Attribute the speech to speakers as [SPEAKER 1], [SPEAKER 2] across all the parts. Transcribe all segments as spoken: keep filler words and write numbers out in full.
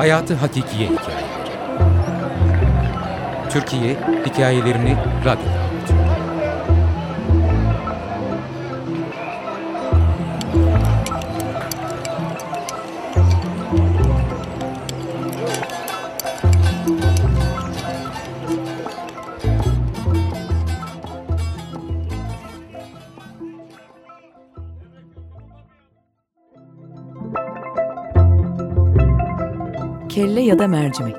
[SPEAKER 1] Hayatı hakikiye hikayeleri. Türkiye hikayelerini radyoda anlatıyor.
[SPEAKER 2] Kelle ya da mercimek.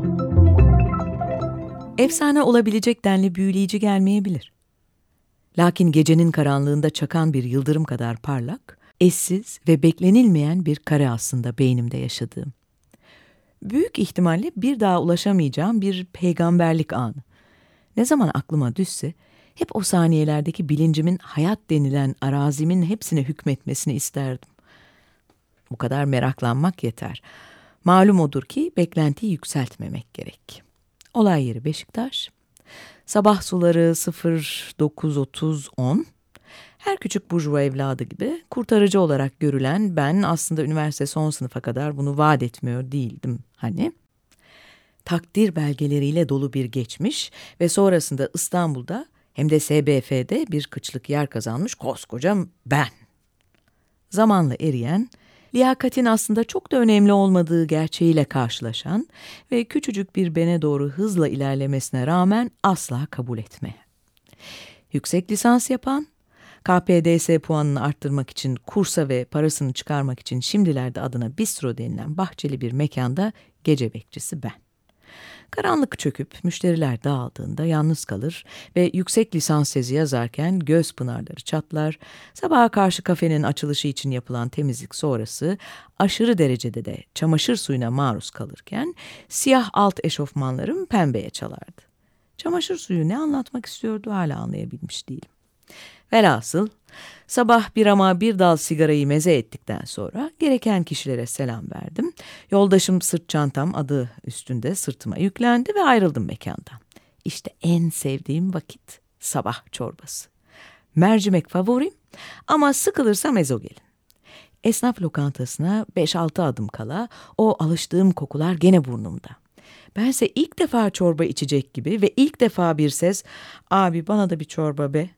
[SPEAKER 2] Efsane olabilecek denli büyüleyici gelmeyebilir. Lakin gecenin karanlığında çakan bir yıldırım kadar parlak, eşsiz ve beklenilmeyen bir kare aslında beynimde yaşadığım. Büyük ihtimalle bir daha ulaşamayacağım bir peygamberlik anı. Ne zaman aklıma düşse, hep o saniyelerdeki bilincimin hayat denilen arazimin hepsine hükmetmesini isterdim. Bu kadar meraklanmak yeter. Malum odur ki beklentiyi yükseltmemek gerek. Olay yeri Beşiktaş. Sabah suları sıfır dokuz otuz on. Her küçük burjuva evladı gibi kurtarıcı olarak görülen ben aslında üniversite son sınıfa kadar bunu vaat etmiyor değildim hani. Takdir belgeleriyle dolu bir geçmiş ve sonrasında İstanbul'da hem de S B F'de bir kıçlık yer kazanmış koskoca ben. Zamanla eriyen, liyakatin aslında çok da önemli olmadığı gerçeğiyle karşılaşan ve küçücük bir bene doğru hızla ilerlemesine rağmen asla kabul etmeye. Yüksek lisans yapan, K P D S puanını arttırmak için kursa ve parasını çıkarmak için şimdilerde adına bistro denilen bahçeli bir mekanda gece bekçisi ben. Karanlık çöküp müşteriler dağıldığında yalnız kalır ve yüksek lisans tezi yazarken göz pınarları çatlar, sabaha karşı kafenin açılışı için yapılan temizlik sonrası aşırı derecede de çamaşır suyuna maruz kalırken siyah alt eşofmanlarım pembeye çalardı. Çamaşır suyu ne anlatmak istiyordu hala anlayabilmiş değilim. Velhasıl sabah bir ama bir dal sigarayı meze ettikten sonra gereken kişilere selam verdim. Yoldaşım sırt çantam adı üstünde sırtıma yüklendi ve ayrıldım mekandan. İşte en sevdiğim vakit sabah çorbası. Mercimek favorim ama sıkılırsam ezogelin. Esnaf lokantasına beş altı adım kala o alıştığım kokular gene burnumda. Bense ilk defa çorba içecek gibi ve ilk defa bir ses "Abi bana da bir çorba be."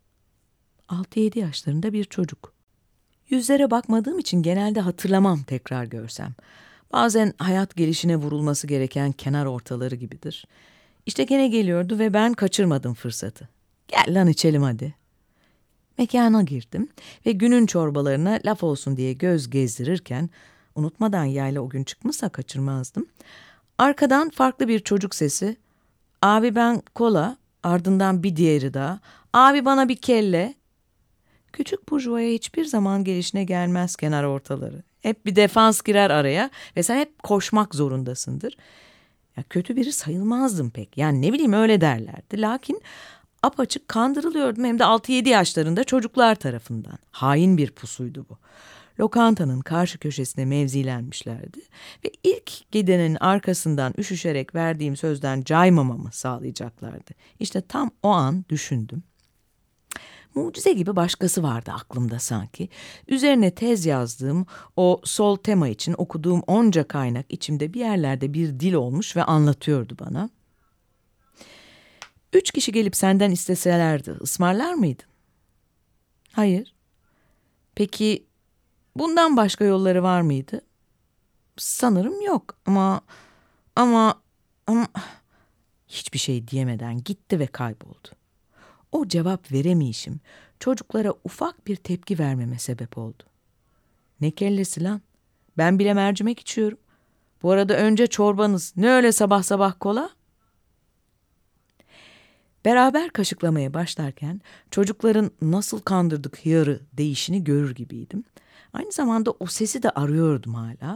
[SPEAKER 2] altı yedi yaşlarında bir çocuk. Yüzlere bakmadığım için genelde hatırlamam tekrar görsem. Bazen hayat gelişine vurulması gereken kenar ortaları gibidir. İşte gene geliyordu ve ben kaçırmadım fırsatı. Gel lan içelim hadi. Mekana girdim ve günün çorbalarına laf olsun diye göz gezdirirken, unutmadan yayla o gün çıkmışsa kaçırmazdım. Arkadan farklı bir çocuk sesi, "Abi ben kola," ardından bir diğeri daha, "Abi bana bir kelle." Küçük burjuvaya hiçbir zaman gelişine gelmez kenar ortaları. Hep bir defans girer araya ve sen hep koşmak zorundasındır. Ya kötü biri sayılmazdım pek. Yani ne bileyim öyle derlerdi. Lakin apaçık kandırılıyordum hem de altı yedi yaşlarında çocuklar tarafından. Hain bir pusuydu bu. Lokantanın karşı köşesine mevzilenmişlerdi ve ilk gidenin arkasından üşüşerek verdiğim sözden caymamamı sağlayacaklardı. İşte tam o an düşündüm. Mucize gibi başkası vardı aklımda sanki. Üzerine tez yazdığım o sol tema için okuduğum onca kaynak içimde bir yerlerde bir dil olmuş ve anlatıyordu bana. Üç kişi gelip senden isteselerdi ısmarlar mıydın? Hayır. Peki bundan başka yolları var mıydı? Sanırım yok ama ama ama hiçbir şey diyemeden gitti ve kayboldu. O cevap veremeyişim çocuklara ufak bir tepki vermeme sebep oldu. Ne kellesi lan? Ben bile mercimek içiyorum. Bu arada önce çorbanız, ne öyle sabah sabah kola? Beraber kaşıklamaya başlarken çocukların nasıl kandırdık hıyarı değişini görür gibiydim. Aynı zamanda o sesi de arıyordum hala.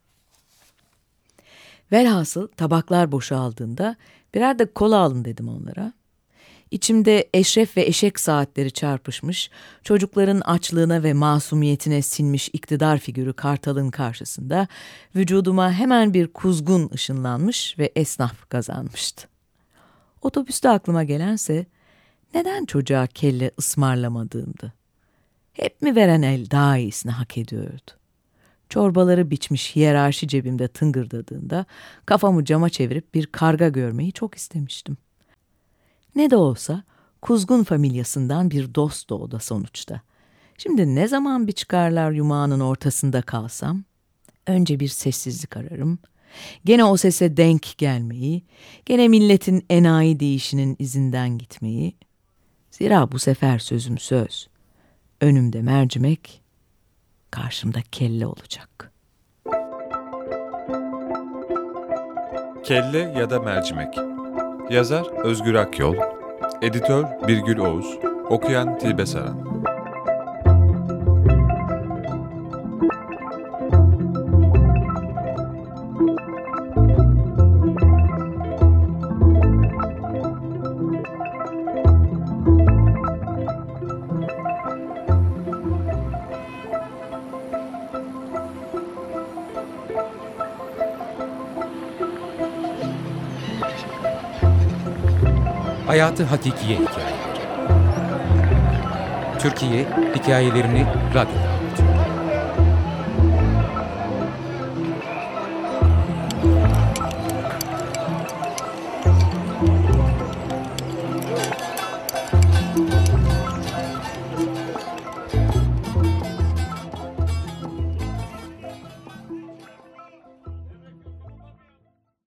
[SPEAKER 2] Velhasıl tabaklar boşaldığında birer de kola alın dedim onlara. İçimde eşref ve eşek saatleri çarpışmış, çocukların açlığına ve masumiyetine sinmiş iktidar figürü Kartal'ın karşısında vücuduma hemen bir kuzgun ışınlanmış ve esnaf kazanmıştı. Otobüste aklıma gelense neden çocuğa kelle ısmarlamadığımdı. Hep mi veren el daha iyisini hak ediyordu? Çorbaları biçmiş hiyerarşi cebimde tıngırdadığında kafamı cama çevirip bir karga görmeyi çok istemiştim. Ne de olsa kuzgun familyasından bir dost da o da sonuçta. Şimdi ne zaman bir çıkarlar yumağının ortasında kalsam, önce bir sessizlik ararım. Gene o sese denk gelmeyi, gene milletin enayi deyişinin izinden gitmeyi. Zira bu sefer sözüm söz. Önümde mercimek, karşımda kelle olacak.
[SPEAKER 3] Kelle ya da mercimek. Yazar Özgür Akyol, editör Birgül Oğuz, okuyan Tilbe Saran.
[SPEAKER 1] Hayatı Hakikiye Hikayeleri. Türkiye hikayelerini radyoda.